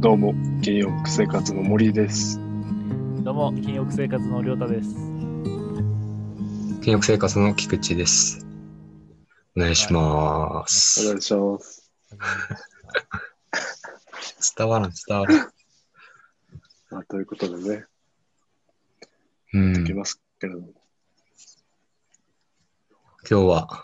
どうも、金曜生活の森です。 どうも、金曜生活のりょうたです。 金曜生活の菊池です。お願いしまおす。 願いします。 伝わらん。 ということでね、 うん。 やってきますけれども。 今日は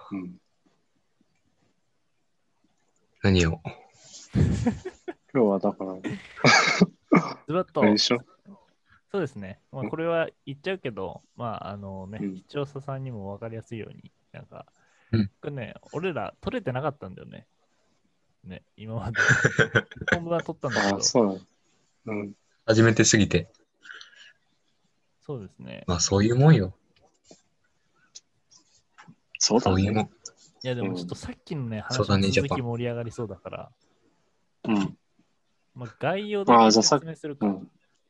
何を今日はだから、 ずばっとあれでしょ。 そうですね。まあ、これは言っちゃうけど、まあ、視聴者さんにも分かりやすいように、なんか、俺ら撮れてなかったんだよね。ね、今まで。本文は撮ったんだけど。 そうなの。 初めてすぎて。 そうですね。 まあ、そういうもんよ。 そうだね。 そういうもん。 いや、でもちょっとさっきのね、 そうだね話の続き盛り上がりそうだから、まあ、概要だけ説明するか。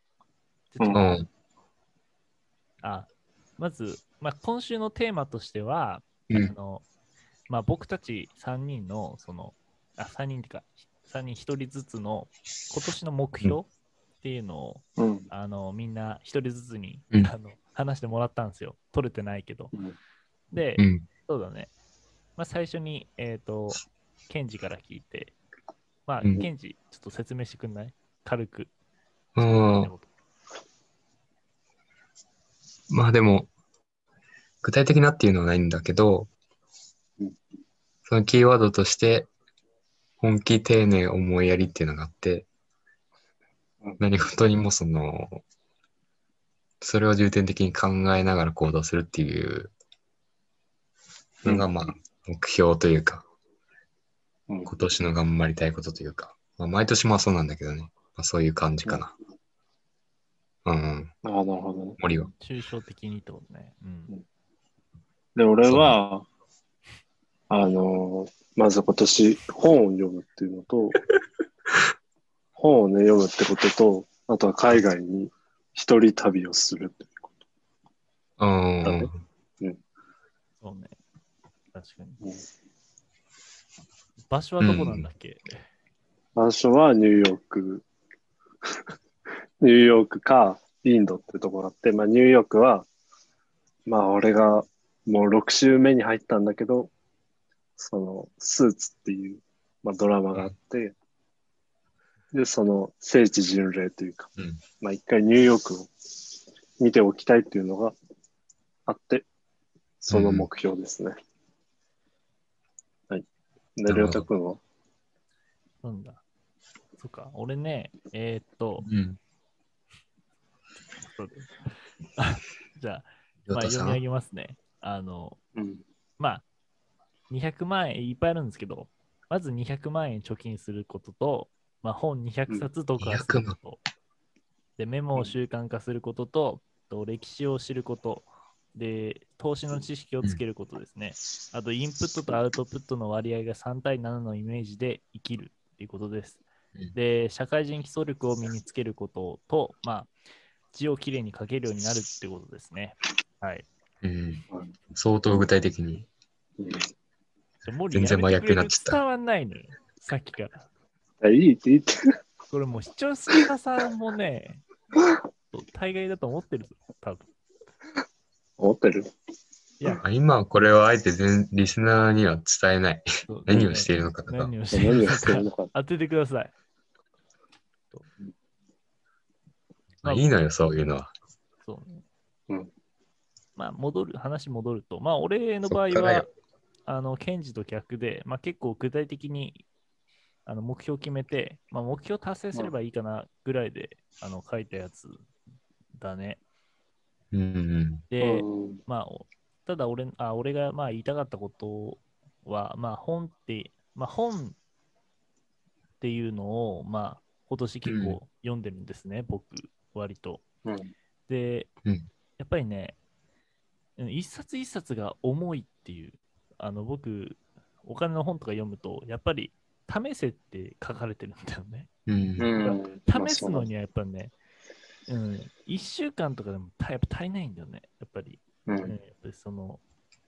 まず、まあ、今週のテーマとしては、まあ、僕たち3人の、3人っていうか、3人1人ずつの今年の目標っていうのを、みんな1人ずつに、話してもらったんですよ。取れてないけど。で、そうだね。まあ、最初に、ケンジから聞いて、まあ、ケンジ、ちょっと説明してくんない？軽く。 まあでも、具体的なっていうのはないんだけど、そのキーワードとして、本気、丁寧、思いやりっていうのがあって、何事にもそれを重点的に考えながら行動するっていうのが、まあ、目標というか、今年の頑張りたいことというか、まあ、毎年もそうなんだけどね、まあ、そういう感じかな。 なるほどね。 森は。 抽象的にってことね。 で、俺は、まず今年本を読むっていうのと、本をね、読むってことと、あとは海外に一人旅をするっていうこと。 そうね。確かに。場所はどこなんだっけ？ 場所はニューヨーク。ニューヨークかインドってとこがあって、まあニューヨークは、まあ俺がもう6週目に入ったんだけど、そのスーツっていう、まあ、ドラマがあって、で、その聖地巡礼というか、まあ一回ニューヨークを見ておきたいっていうのがあって、その目標ですね。はい。で、りょうたくんは？ なんだ。そっか、俺ね、じゃあ、まあ、読み上げますね。まあ、200万円いっぱいあるんですけど、まず200万円貯金することと、まあ、本200冊読破すること、で、メモを習慣化することと、歴史を知ること、で、投資の知識をつけることですね。あと、インプットとアウトプットの割合が3対7のイメージで生きるということです。で、社会人基礎力を身につけることと、まあ、字をきれいに書けるようになるってことですね。はい。 相当具体的に。全然真逆になっちゃった。 伝わんないのよ、さっきから。 いいって言って。 これもう視聴者さんもね、大概だと思ってるぞ、多分。 思ってる？ いや、今これはあえてリスナーには伝えない。何をしているのかとか。 何をしているのか当ててください。 まあ、いいのよ、そういうのは。 そうね。まあ、話戻ると、まあ、俺の場合は、ケンジと逆で、まあ、結構具体的に目標を決めて、まあ、目標達成すればいいかなぐらいで書いたやつだね。で、まあ、ただ俺がまあ言いたかったことは、まあ本っていうのを、まあ今年結構読んでるんですね、僕、割と。で、やっぱりね、一冊一冊が重いっていう、僕、お金の本とか読むと、やっぱり試せって書かれてるんだよね。試すのにはやっぱね、1週間とかでもやっぱ足りないんだよね、やっぱり。やっぱりその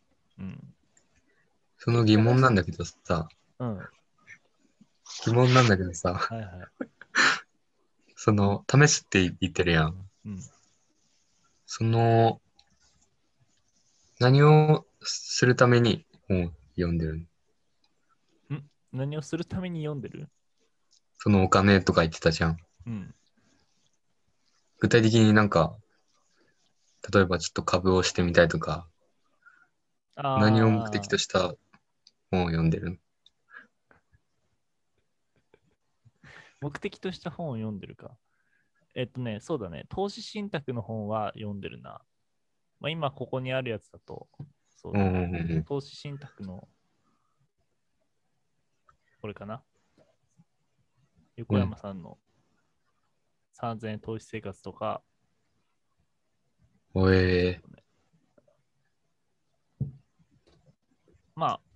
疑問なんだけどさ、疑問なんだけどさ、 試すって言ってるやん。 うん。 何をするために本を読んでるの？ 何をするために読んでる？ お金とか言ってたじゃん。 うん。 具体的になんか、例えばちょっと株をしてみたいとか、何を目的とした本を読んでるの？ 目的とした本を読んでるか。そうだね。投資信託の本は読んでるな。まあ、今ここにあるやつだと、そうだね。投資信託の、これかな。横山さんの3000円投資生活とか、まあ、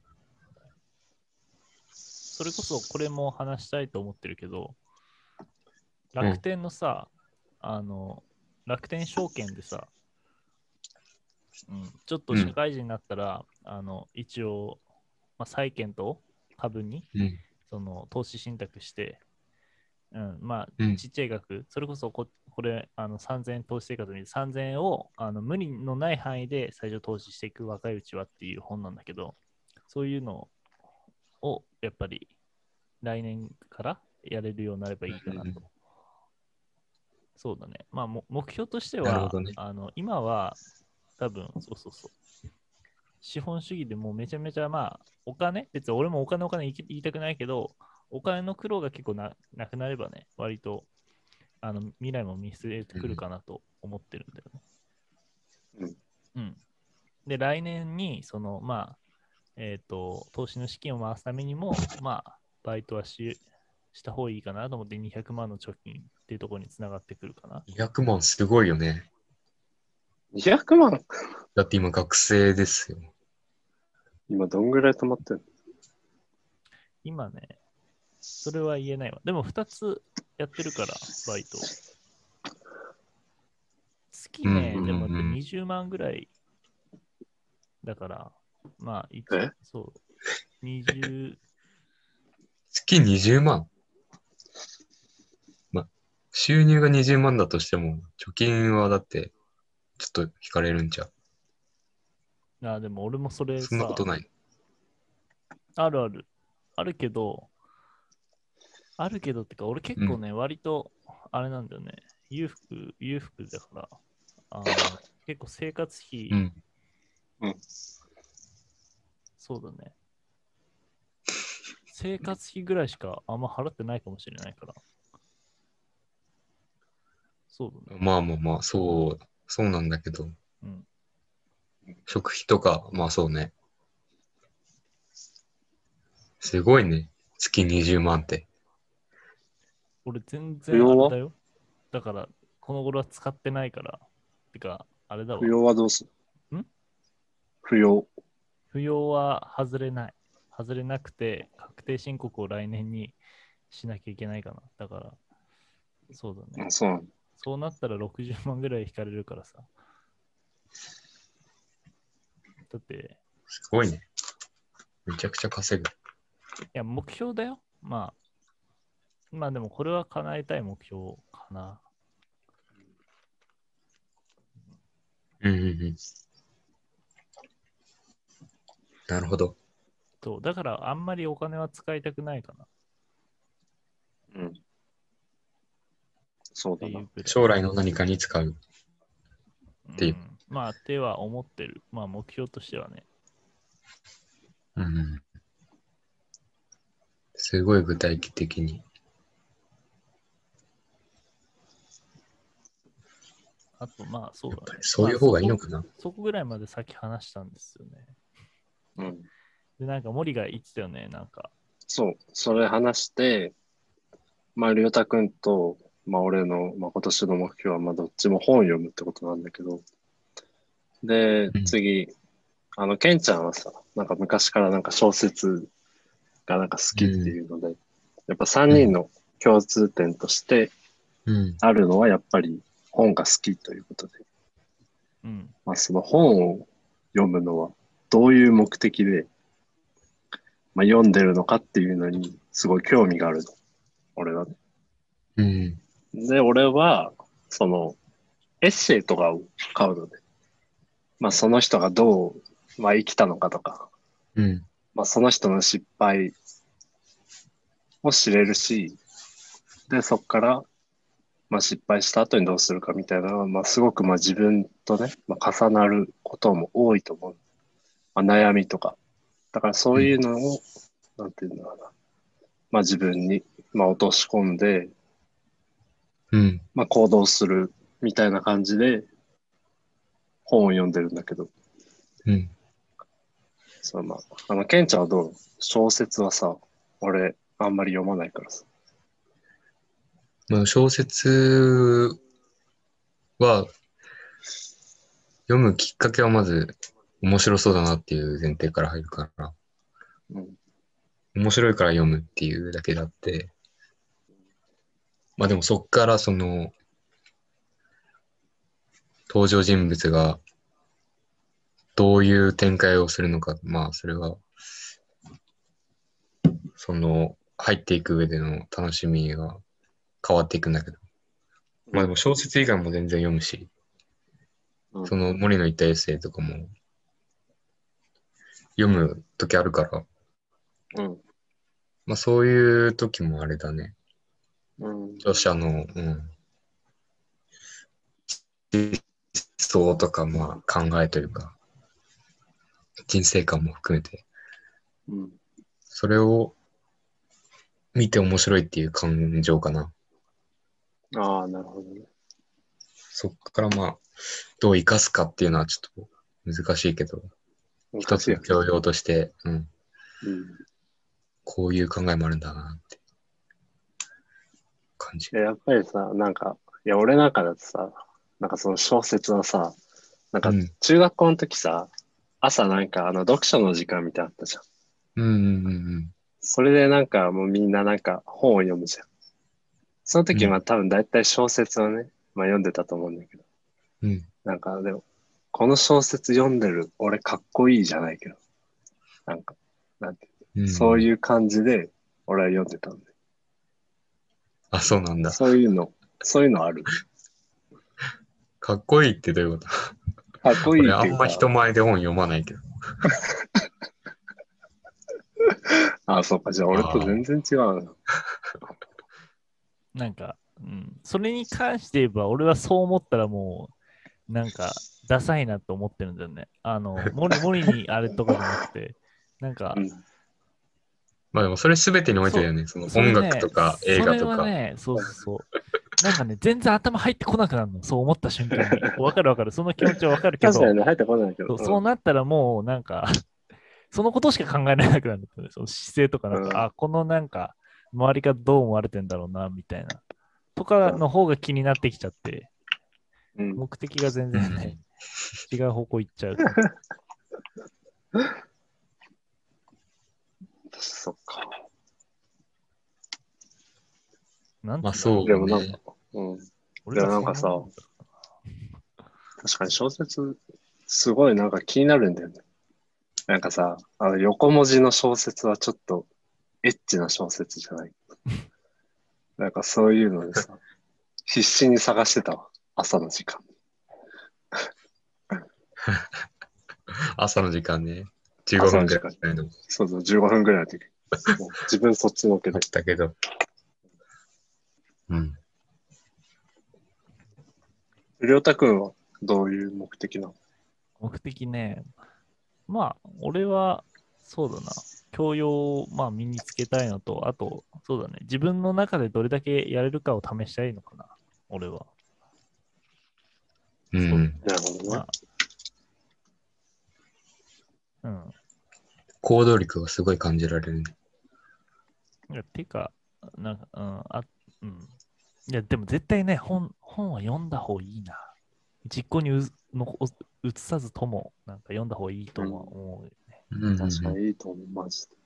それこそこれも話したいと思ってるけど、楽天のさ、楽天証券でさ、ちょっと社会人になったら、一応、債券と株に、投資信託して、ちっちゃい額、それこそこれ、3000円投資生活に3000円を無理のない範囲で最初投資していく若いうちはっていう本なんだけど、そういうのをやっぱり来年からやれるようになればいいかなと。そうだね。まあ、目標としては、今は多分、資本主義でもうめちゃめちゃお金、別に俺もお金言いたくないけど、お金の苦労が結構なくなればね、割と未来も見据えてくるかなと思ってるんだよね。で、来年に、投資の資金を回すためにも、バイトはした方がいいかなと思って200万の貯金っていうところにつながってくるかな。 200万すごいよね。 200万だって今学生ですよ。 今どんぐらい止まってんの？ 今ね、それは言えないわ。でも2つやってるから、バイト。月ね、でも20万ぐらいだから、そう、20。 月20万？収入が20万だとしても、貯金はだって、ちょっと引かれるんちゃう？ でも俺もそれさ、 そんなことない。 あるある。あるけどってか、俺結構ね、割と、あれなんだよね。裕福だから、結構生活費、そうだね。生活費ぐらいしかあんま払ってないかもしれないから。そうだね。 まあ、そうなんだけど。食費とか、そうね。すごいね。月20万って。 俺全然あれだよ。だから、この頃は使ってないから。てか、あれだわ。 扶養はどうする？扶養は外れない。外れなくて、確定申告を来年にしなきゃいけないかな。だから、そうだね。そうなったら60万ぐらい引かれるからさ。だって。 すごいね。めちゃくちゃ稼ぐ。 いや、目標だよ。まあでもこれは叶えたい目標かな。 なるほど。 だからあんまりお金は使いたくないかな。 そうだな。 将来の何かに使うっていう。 っては思ってる。目標としてはね。 すごい具体的に。 あと、そうだね。 そういう方がいいのかな。 そこぐらいまでさっき話したんですよね。で、なんか森が言ってたよね、なんか。 そう、それ話して、りょうたくんと、俺の、今年の目標は、どっちも本を読むってことなんだけど、で、次、ケンちゃんはさ、なんか昔からなんか小説がなんか好きっていうので、やっぱ3人の共通点としてあるのはやっぱり本が好きということで、その本を読むのはどういう目的で、読んでるのかっていうのにすごい興味があるの、俺はね。 で、俺は、その、エッセイとかを買うので、まあその人がどう、まあ生きたのかとか、 うん。 まあその人の失敗を知れるし、で、そこから、まあ失敗した後にどうするかみたいなのは、まあすごくまあ自分とね、まあ、重なることも多いと思う。まあ、悩みとか。だからそういうのを、なんていうんだろうな。まあ自分に、まあ落とし込んで、 うん。 まあ行動するみたいな感じで本を読んでるんだけど、 うん。 そうまあ、ケンちゃんはどう小説はさ、俺、あんまり読まないからさ。 まあ、小説は読むきっかけはまず面白そうだなっていう前提から入るから、 うん。 面白いから読むっていうだけであって、まあでもそっからその登場人物がどういう展開をするのか、まあそれはその入っていく上での楽しみが変わっていくんだけど、まあでも小説以外も全然読むし、 うん。 その森の言ったエッセイとかも読む時あるから、 うん。 まあそういう時もあれだね。 うん。 著者の、思想とか、まあ考えというか、人生観も含めて、 うん。 それを見て面白いっていう感情かな。 ああ、なるほどね。 そっからまあ、どう生かすかっていうのはちょっと難しいけど、一つ難しいよね。 の教養として、 うん。 こういう考えもあるんだなって感じ。 やっぱりさ、なんか、いや、俺なんかだとさ、なんかその小説はさ、なんかうん。 中学校の時さ、朝なんか読書の時間みたいなのあったじゃん。 うんうんそれでなんかもうみんななんか本を読むじゃん。その時まあ多分大体小説をね、まあ読んでたと思うんだけど、 うん。 なんかでも、この小説読んでる俺かっこいいじゃないけど、なんか、なんて、 うん。うん。 そういう感じで俺は読んでたんで。 あ、そうなんだ。 そういうのある。 かっこいいってどういうこと？ かっこいい俺あんまっていうか、 人前で本読まないけど。 あ、そうか、じゃあ俺とああ。 全然違うな。 なんか、うん。それに関して言えば、俺はそう思ったらもう、なんか、ダサいなと思ってるんだよね。森にあれとかじゃなくて、なんか、 うん。 まあでもそれ全てにおいてだよね。その音楽とか映それ画とか。 はね、そうそうそう。なんかね、全然頭入ってこなくなるの。そう思った瞬間に。わかるわかる。その気持ちはわかるけど、 確かにね、入ってこないけど。 そうなったらもう、なんかそのことしか考えられなくなるんだよね。その姿勢とか、なんか、 うん。 あ、このなんか、周りがどう思われてんだろうな、みたいな。とかの方が気になってきちゃって、 うん。 目的が全う然ね、 ん。 違う方向行っちゃう。 そっか。 なんまあつうんだろうね。 そうね。 でもなんか、うん。で俺がもなんかさ、 そんなもんだ確かに小説、すごいなんか気になるんだよね。なんかさ、横文字の小説はちょっとエッチな小説じゃない。なんかそういうのでさ、必死に探してたわ。朝の時間。 朝の時間ね。15分く朝の時間。 らいのそうそう、15分ぐらいの時。もう自分そっちのけあっで。 たけど。うん。 りょうたくんはどういう目的なの？ 目的ね。まあ、俺は、そうだな。教養を、まあ、身につけたいのと、あと、そうだね。自分の中でどれだけやれるかを試したいのかな。俺は。そうだね。 うん。 なるほどね。 まあ、うん。 行動力がすごい感じられるね。 てか、なんか、うん。いや、でも絶対ね、本は読んだ方がいいな。実行に移さずとも、なんか読んだ方がいいとは思うよね。 うんうん確かうん。 にいいと思う、マジで。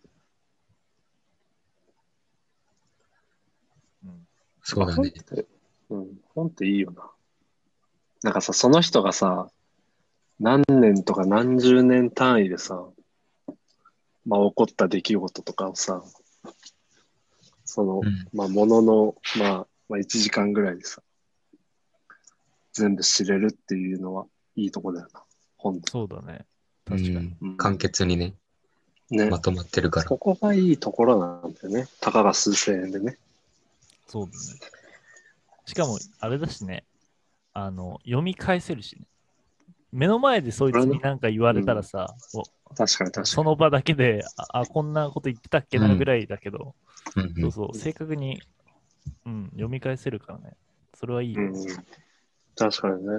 うん。 そうだね。 本っていいよな。なんかさ、その人がさ、何年とか何十年単位でさ、まあ起こった出来事とかをさ、その、 うん。 まあものの、まあまあ1時間ぐらいでさ、全部知れるっていうのはいいとこだよな。本当。 そうだね。確かに。 簡潔にね、まとまってるから。 そこがいいところなんだよね。たかが数千円でね。 そうだね。しかも、あれだしね、読み返せるしね。目の前でそいつになんか言われたらさ、 確かにその場だけで、こんなこと言ってたっけなぐらいだけど、そうそう、正確に、読み返せるからね。それはいい。 確かにね。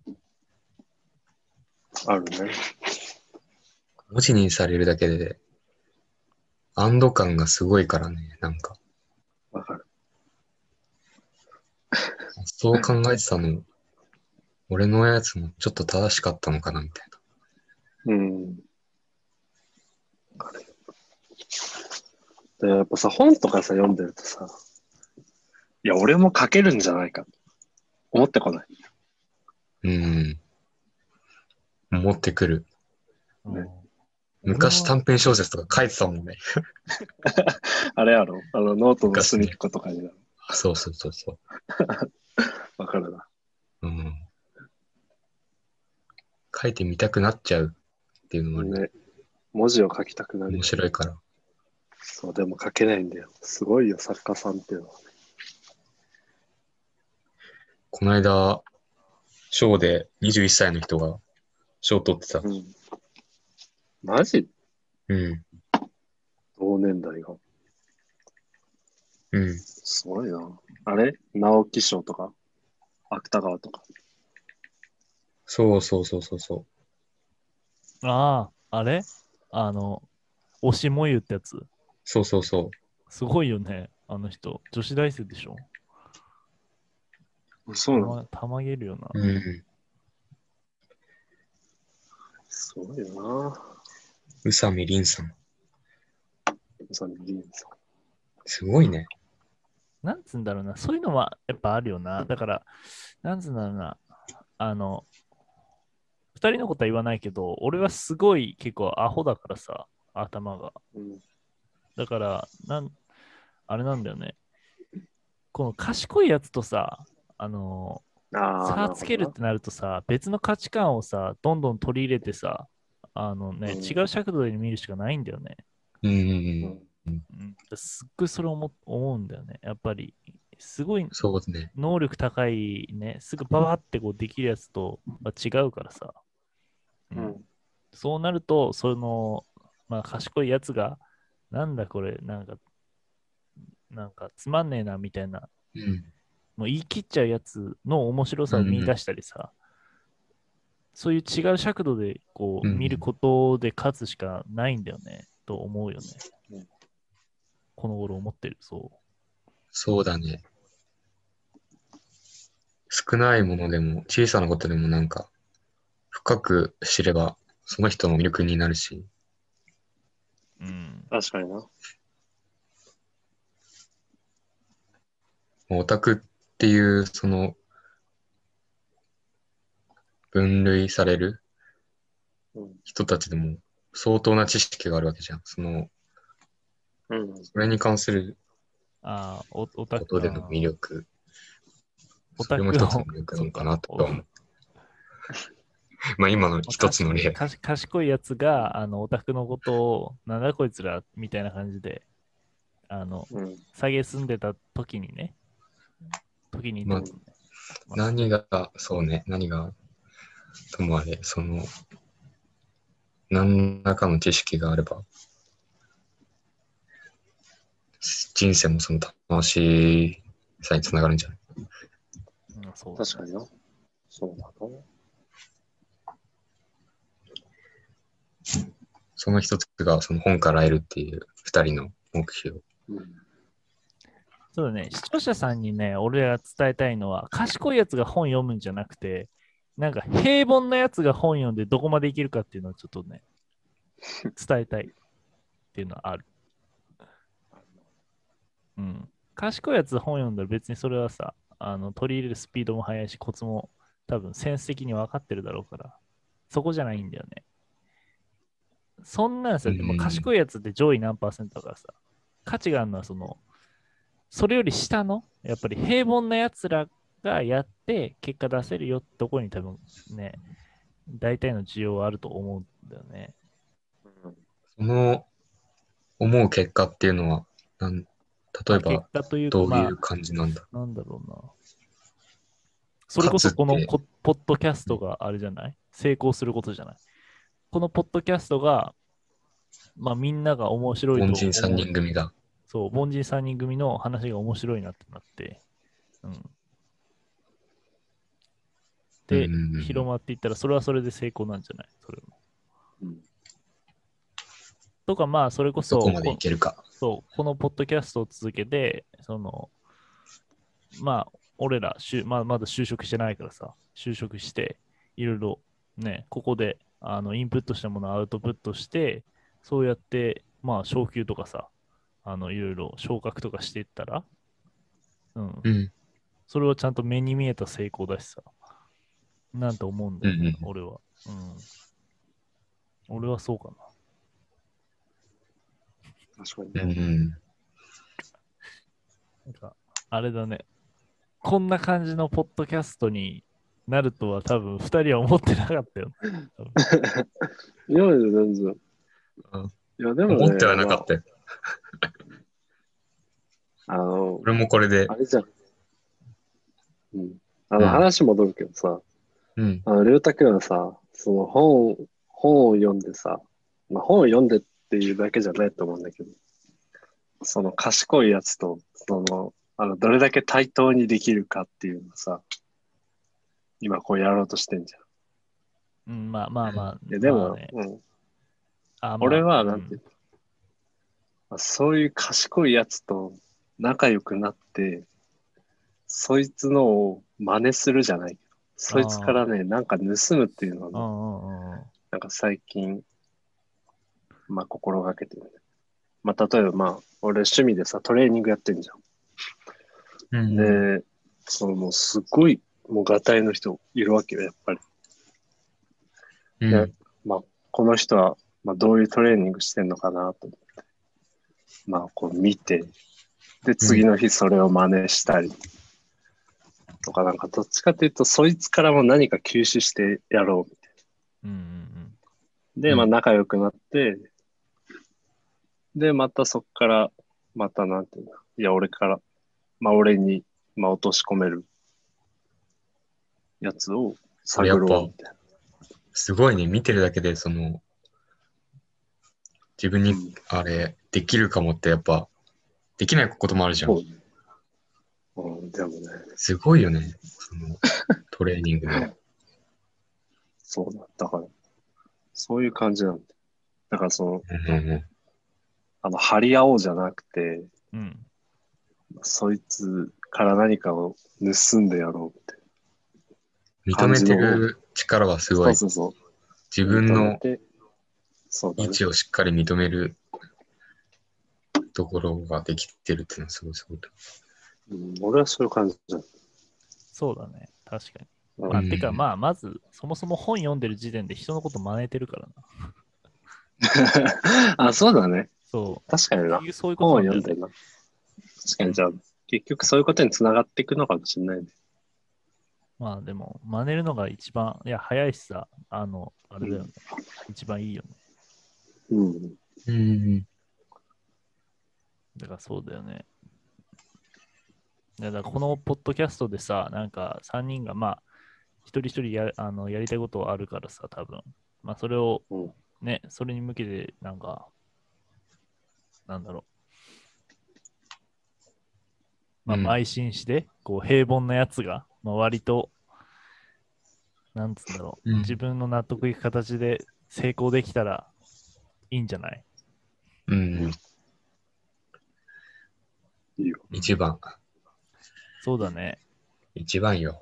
あるね。 文字にされるだけで、安堵感がすごいからね、なんか。 わかる。 そう考えてたの、俺のやつもちょっと正しかったのかな、みたいな。 で、やっぱさ、本とかさ、読んでるとさ、いや、俺も書けるんじゃないか。思ってこない。 思ってくる。 ね、 昔短編小説とか書いてたもんね。 あれやろノートの隅っことかになる。 そうそうそうそう。 わかるな。 書いてみたくなっちゃうっていうのもあるね。 文字を書きたくなる。 面白いから。 そう、でも書けないんだよ。すごいよ、作家さんっていうのは。 この間、賞で21歳の人が賞取ってた。 マジ？同年代が。すごいな。あれ直木賞とか芥川とか。 そうそうそうそうそう。 あれ推しもゆってやつ。 そうそうそう。 すごいよね、あの人。女子大生でしょ。 そうなの？ たまげるよな。 すごいよな。 宇佐美凛さん。 宇佐美凛さん。 すごいね。 なんつうんだろうな。そういうのはやっぱあるよな。だから、なんつうんだろうな。二人のことは言わないけど、俺はすごい結構アホだからさ、頭が。だから、あれなんだよね。この賢いやつとさ、差つけるってなるとさ、別の価値観をさ、どんどん取り入れてさ、違う尺度で見るしかないんだよね。すっごいそれ思うんだよね。やっぱり、すごい能力高いね、すぐババってこうできるやつとは違うからさ。そうなると、賢いやつが、なんだこれ、なんかつまんねえなみたいな、もう言い切っちゃうやつの面白さを見出したりさ、そういう違う尺度でこう見ることで勝つしかないんだよね、と思うよね。この頃思ってる、そう。 そうだね。少ないものでも、小さなことでもなんか、深く知れば、その人の魅力になるし。 確かにな。 オタクっていう、分類される人たちでも相当な知識があるわけじゃん。それに関することでの魅力。それも一つの魅力なのかなと思う。まあ今の一つの例。 賢いやつが、オタクのことを、なんだこいつらみたいな感じで、下げ住んでた時にね。 まあ、何がともあれ、何らかの知識があれば、人生もその楽しさにつながるんじゃない？ 確かにな。そうだな。 その一つがその本から得るっていう二人の目標。 そうだね。視聴者さんにね、俺が伝えたいのは、賢いやつが本読むんじゃなくて、なんか平凡なやつが本読んでどこまでいけるかっていうのをちょっとね、伝えたいっていうのはある。賢いやつ本読んだら別にそれはさ、取り入れるスピードも速いし、コツも多分センス的に分かってるだろうから、そこじゃないんだよね。そんなんさ、でも賢いやつって上位何%だからさ、価値があるのはそれより下の、やっぱり平凡なやつらがやって結果出せるよってとこに多分ね、大体の需要はあると思うんだよね。 その思う結果っていうのは、例えば、どういう感じなんだ、 なんだろうな。それこそこのポッドキャストがあれじゃない？成功することじゃない？このポッドキャストが、まあみんなが面白いと思う。 凡人3人組が。 そう、凡人3人組の話が面白いなってなって、うん。で、広まっていったら、それはそれで成功なんじゃない？それも。とか、まあ、それこそ、 どこまでいけるか。 そう、このポッドキャストを続けて、まあ、俺ら、まだ就職してないからさ、就職して、いろいろね、ここでインプットしたものをアウトプットして、そうやって、まあ、昇給とかさ、いろいろ昇格とかしていったら、それはちゃんと目に見えた成功だしさ、なんて思うんだよね、俺は。俺はそうかな。確かに。 なんか、あれだね。こんな感じのポッドキャストになるとは多分2人は思ってなかったよ。 いや、全然。いや、でも、ね、 思ってはなかったよ。俺もこれで。 あれじゃん。話戻るけどさ、りょうたくんはさ、その本を読んでさ、まあ、本を読んでっていうだけじゃないと思うんだけど、その賢いやつと、どれだけ対等にできるかっていうのさ、今こうやろうとしてんじゃん。まあ。 いやでも、俺は、なんていうの、そういう賢いやつと仲良くなって、そいつのを真似するじゃないけど、そいつからね、なんか盗むっていうのはね、なんか最近、まあ心がけてるね。まあ例えば俺趣味でさ、トレーニングやってんじゃん。で、もうすごい、もうガタイの人いるわけよ、やっぱり。で、まあこの人は、どういうトレーニングしてんのかなと思って。こう見て、で、次の日それを真似したり。とか、なんかどっちかというと、そいつからも何か吸収してやろうみたいな。で、仲良くなって、で、またそっから、またなんていうの、いや、俺に、落とし込めるやつを探ろうみたいな。 すごいね、見てるだけで、自分に、できるかもってやっぱ、できないこともあるじゃん。 でもね。 すごいよね、トレーニングで。 そうだ。だから、そういう感じなんだ。だから張り合おうじゃなくて、そいつから何かを盗んでやろうって。 認めてる力はすごい。 そう。 自分の位置をしっかり認めるところができてるっていうのはすごいすごい。 俺はそういう感じだ。 そうだね、確かに。てかまず、そもそも本読んでる時点で人のこと真似てるからな。そうだね。 そう。 確かにな。 そういうこと本を読んでるな。確かに、じゃあ、結局そういうことにつながっていくのかもしれないね。 まあでも、真似るのが一番、いや、早いしさ、あれだよね。一番いいよね。だからそうだよね。だからこのポッドキャストでさ、なんか3人が一人一人やりたいことはあるからさ、多分。それをね、それに向けて、なんだろう。邁進して、こう平凡なやつが、割と、なんつうんだろう、自分の納得いく形で成功できたらいいんじゃない？ 一番。 そうだね。 一番よ。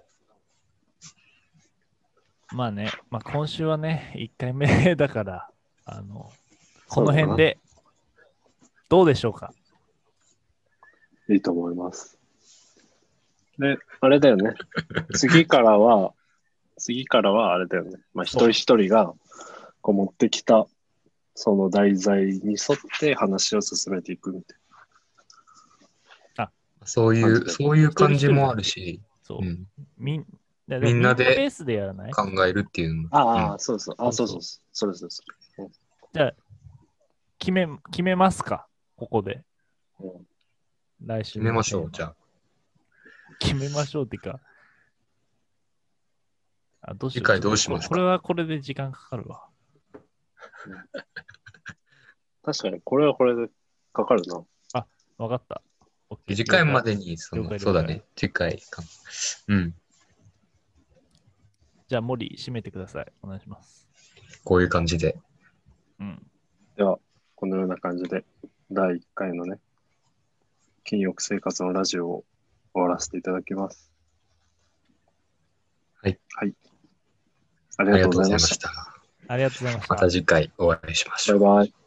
今週はね、1回目だから、この辺で、どうでしょうか？ いいと思います。で、あれだよね。次からはあれだよね。一人一人がこう持ってきたその題材に沿って話を進めていくみたいそそういう感じもあるし、 そう。みんなでベースでやらない考えるっていうのも。そうそう。そうです。 じゃあ、決めますか、ここで。来週決めましょう、じゃあ。 決めましょうっていうか。 次回どうしますか？ これはこれで時間かかるわ。 確かに、これはこれでかかるな。 わかった。 次回までに、そうだね。次回か。 じゃあ、森、締めてください。お願いします。 こういう感じで。 では、このような感じで、第1回のね、禁欲生活のラジオを終わらせていただきます。 はい。 ありがとうございました。 ありがとうございました。 また次回お会いしましょう。 バイバイ。